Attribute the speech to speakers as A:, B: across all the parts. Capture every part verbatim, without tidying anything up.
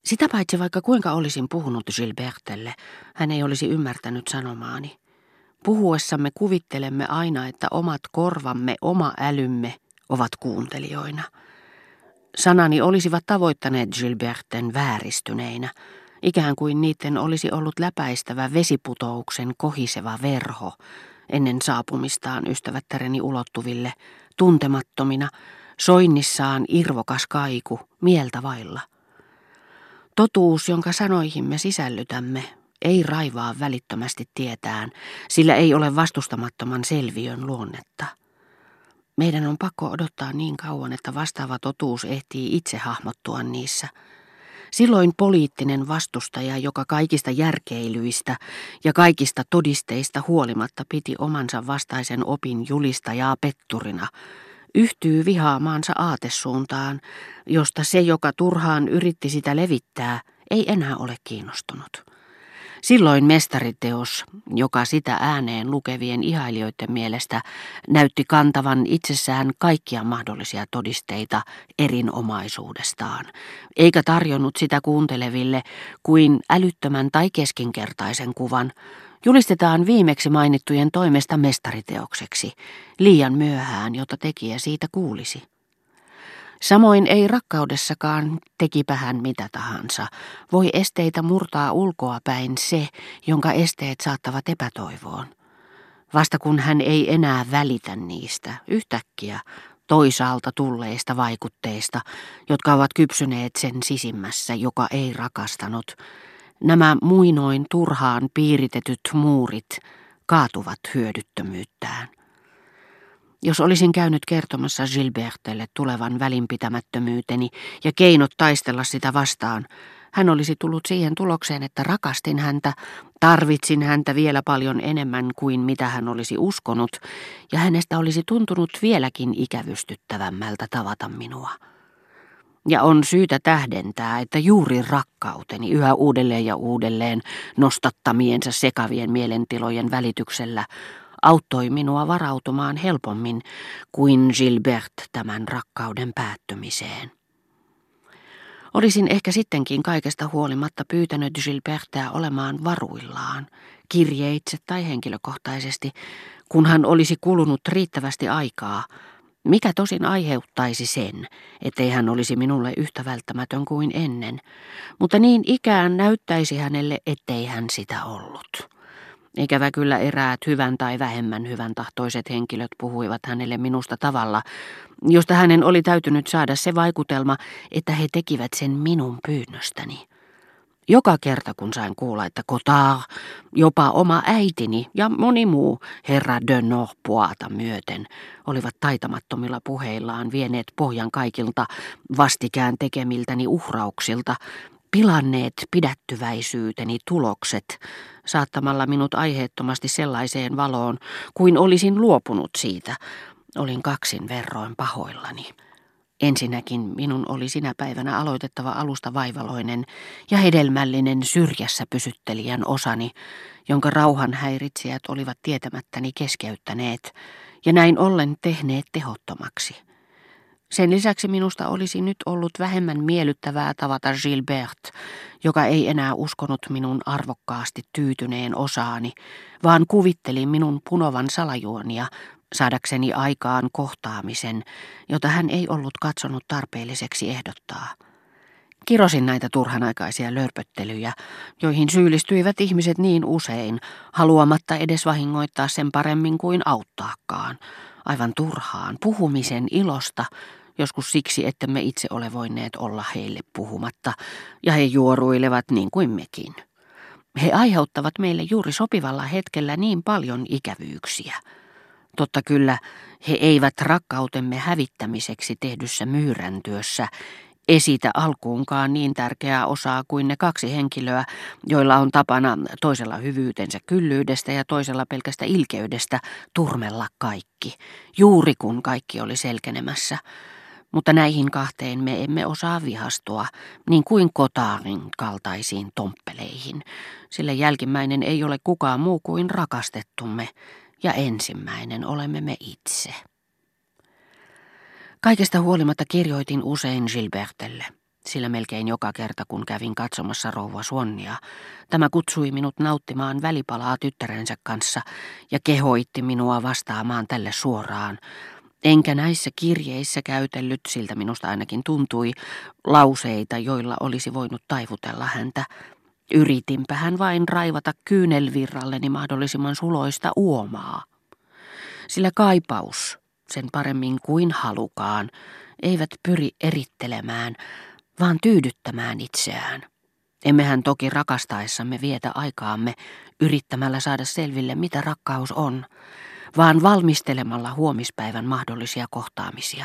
A: Sitä paitsi vaikka kuinka olisin puhunut Gilbertelle, hän ei olisi ymmärtänyt sanomaani. Puhuessamme kuvittelemme aina, että omat korvamme, oma älymme ovat kuuntelijoina. Sanani olisivat tavoittaneet Gilberten vääristyneinä, ikään kuin niiden olisi ollut läpäistävä vesiputouksen kohiseva verho ennen saapumistaan ystävättäreni ulottuville, tuntemattomina, soinnissaan irvokas kaiku, mieltä vailla. Totuus, jonka sanoihimme sisällytämme, ei raivaa välittömästi tietään, sillä ei ole vastustamattoman selviön luonnetta. Meidän on pakko odottaa niin kauan, että vastaava totuus ehtii itse hahmottua niissä. Silloin poliittinen vastustaja, joka kaikista järkeilyistä ja kaikista todisteista huolimatta piti omansa vastaisen opin julistajaa petturina, yhtyy vihaamaansa aatesuuntaan, josta se, joka turhaan yritti sitä levittää, ei enää ole kiinnostunut. Silloin mestariteos, joka sitä ääneen lukevien ihailijoiden mielestä näytti kantavan itsessään kaikkia mahdollisia todisteita erinomaisuudestaan, eikä tarjonnut sitä kuunteleville kuin älyttömän tai keskinkertaisen kuvan, julistetaan viimeksi mainittujen toimesta mestariteokseksi, liian myöhään, jotta tekijä siitä kuulisi. Samoin ei rakkaudessakaan, tekipä hän mitä tahansa, voi esteitä murtaa ulkoapäin se, jonka esteet saattavat epätoivoon. Vasta kun hän ei enää välitä niistä, yhtäkkiä toisaalta tulleista vaikutteista, jotka ovat kypsyneet sen sisimmässä, joka ei rakastanut, nämä muinoin turhaan piiritetyt muurit kaatuvat hyödyttömyyttään. Jos olisin käynyt kertomassa Gilbertelle tulevan välinpitämättömyyteni ja keinot taistella sitä vastaan, hän olisi tullut siihen tulokseen, että rakastin häntä, tarvitsin häntä vielä paljon enemmän kuin mitä hän olisi uskonut, ja hänestä olisi tuntunut vieläkin ikävystyttävämmältä tavata minua. Ja on syytä tähdentää, että juuri rakkauteni yhä uudelleen ja uudelleen nostattamiensa sekavien mielentilojen välityksellä auttoi minua varautumaan helpommin kuin Gilbert tämän rakkauden päättymiseen. Olisin ehkä sittenkin kaikesta huolimatta pyytänyt Gilbertää olemaan varuillaan, kirjeitse tai henkilökohtaisesti, kunhan olisi kulunut riittävästi aikaa, mikä tosin aiheuttaisi sen, ettei hän olisi minulle yhtä välttämätön kuin ennen, mutta niin ikään näyttäisi hänelle, ettei hän sitä ollut. Ikävä kyllä eräät hyvän tai vähemmän hyvän tahtoiset henkilöt puhuivat hänelle minusta tavalla, josta hänen oli täytynyt saada se vaikutelma, että he tekivät sen minun pyynnöstäni. Joka kerta kun sain kuulla, että Cotard, jopa oma äitini ja moni muu herra de Norpoita myöten, olivat taitamattomilla puheillaan vieneet pohjan kaikilta vastikään tekemiltäni uhrauksilta, pilanneet pidättyväisyyteni tulokset, saattamalla minut aiheettomasti sellaiseen valoon, kuin olisin luopunut siitä, olin kaksin verroin pahoillani. Ensinnäkin minun oli sinä päivänä aloitettava alusta vaivaloinen ja hedelmällinen syrjässä pysyttelijän osani, jonka rauhanhäiritsijät olivat tietämättäni keskeyttäneet ja näin ollen tehneet tehottomaksi. Sen lisäksi minusta olisi nyt ollut vähemmän miellyttävää tavata Gilbert, joka ei enää uskonut minun arvokkaasti tyytyneen osaani, vaan kuvitteli minun punovan salajuonia saadakseni aikaan kohtaamisen, jota hän ei ollut katsonut tarpeelliseksi ehdottaa. Kirosin näitä turhanaikaisia lörpöttelyjä, joihin syyllistyivät ihmiset niin usein, haluamatta edes vahingoittaa sen paremmin kuin auttaakaan, aivan turhaan puhumisen ilosta, joskus siksi, että me itse ole voineet olla heille puhumatta, ja he juoruilevat niin kuin mekin. He aiheuttavat meille juuri sopivalla hetkellä niin paljon ikävyyksiä. Totta kyllä, he eivät rakkautemme hävittämiseksi tehdyssä myyräntyössä esitä alkuunkaan niin tärkeää osaa kuin ne kaksi henkilöä, joilla on tapana toisella hyvyytensä kyllyydestä ja toisella pelkästä ilkeydestä turmella kaikki, juuri kun kaikki oli selkenemässä. Mutta näihin kahteen me emme osaa vihastua, niin kuin Cotardin kaltaisiin tomppeleihin, sillä jälkimmäinen ei ole kukaan muu kuin rakastettumme, ja ensimmäinen olemme me itse. Kaikesta huolimatta kirjoitin usein Gilbertelle. sillä melkein joka kerta kun kävin katsomassa rouva Swannia, tämä kutsui minut nauttimaan välipalaa tyttärensä kanssa ja kehoitti minua vastaamaan tälle suoraan, enkä näissä kirjeissä käytellyt, siltä minusta ainakin tuntui, lauseita, joilla olisi voinut taivutella häntä. Yritinpähän vain raivata kyynelvirralleni mahdollisimman suloista uomaa. Sillä kaipaus, sen paremmin kuin halukaan, eivät pyri erittelemään, vaan tyydyttämään itseään. Emmehän toki rakastaessamme vietä aikaamme yrittämällä saada selville, mitä rakkaus on, vaan valmistelemalla huomispäivän mahdollisia kohtaamisia.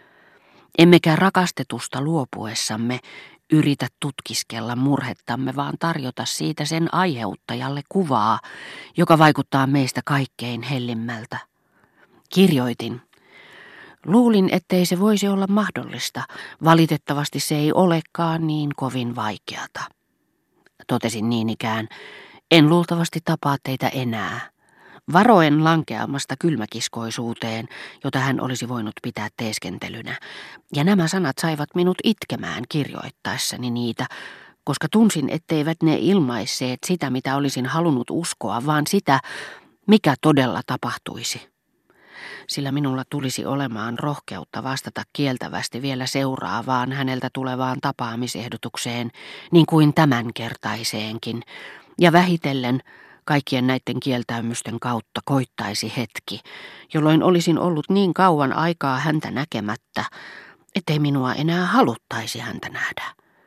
A: Emmekä rakastetusta luopuessamme yritä tutkiskella murhettamme, vaan tarjota siitä sen aiheuttajalle kuvaa, joka vaikuttaa meistä kaikkein hellimmältä. Kirjoitin. Luulin, ettei se voisi olla mahdollista. Valitettavasti se ei olekaan niin kovin vaikeata. Totesin niin ikään, en luultavasti tapaa teitä enää. Varoen lankeamasta kylmäkiskoisuuteen, jota hän olisi voinut pitää teeskentelynä, ja nämä sanat saivat minut itkemään kirjoittaessani niitä, koska tunsin, etteivät ne ilmaisseet sitä, mitä olisin halunnut uskoa, vaan sitä, mikä todella tapahtuisi. Sillä minulla tulisi olemaan rohkeutta vastata kieltävästi vielä seuraavaan häneltä tulevaan tapaamisehdotukseen, niin kuin tämänkertaiseenkin, ja vähitellen kaikkien näiden kieltäymysten kautta koittaisi hetki, jolloin olisin ollut niin kauan aikaa häntä näkemättä, ettei minua enää haluttaisi häntä nähdä.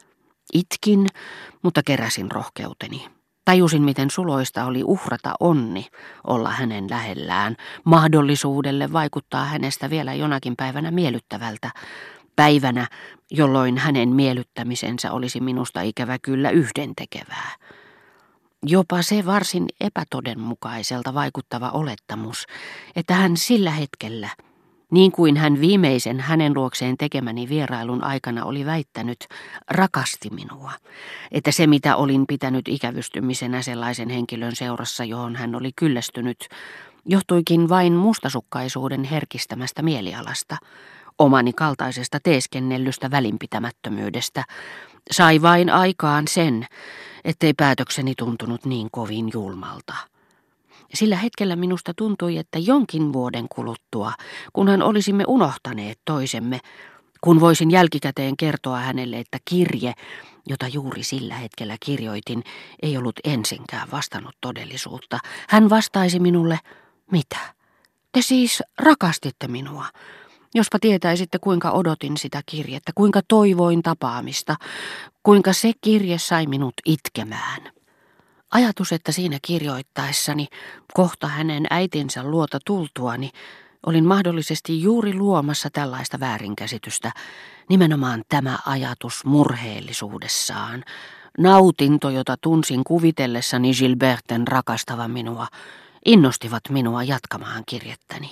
A: Itkin, mutta keräsin rohkeuteni. Tajusin, miten suloista oli uhrata onni olla hänen lähellään, mahdollisuudelle vaikuttaa hänestä vielä jonakin päivänä miellyttävältä, päivänä, jolloin hänen miellyttämisensä olisi minusta ikävä kyllä yhdentekevää. Jopa se varsin epätodenmukaiselta vaikuttava olettamus, että hän sillä hetkellä, niin kuin hän viimeisen hänen luokseen tekemäni vierailun aikana oli väittänyt, rakasti minua, että se mitä olin pitänyt ikävystymisenä sellaisen henkilön seurassa, johon hän oli kyllästynyt, johtuikin vain mustasukkaisuuden herkistämästä mielialasta, omani kaltaisesta teeskennellystä välinpitämättömyydestä, sai vain aikaan sen, ettei päätökseni tuntunut niin kovin julmalta. Sillä hetkellä minusta tuntui, että jonkin vuoden kuluttua, kunhan olisimme unohtaneet toisemme, kun voisin jälkikäteen kertoa hänelle, että kirje, jota juuri sillä hetkellä kirjoitin, ei ollut ensinkään vastannut todellisuutta. Hän vastaisi minulle, mitä? Te siis rakastitte minua? Jospa tietäisitte, kuinka odotin sitä kirjettä, kuinka toivoin tapaamista, kuinka se kirje sai minut itkemään. Ajatus, että siinä kirjoittaessani, kohta hänen äitinsä luota tultuani, olin mahdollisesti juuri luomassa tällaista väärinkäsitystä, nimenomaan tämä ajatus murheellisuudessaan, nautinto, jota tunsin kuvitellessani Gilberten rakastavan minua, innostivat minua jatkamaan kirjettäni.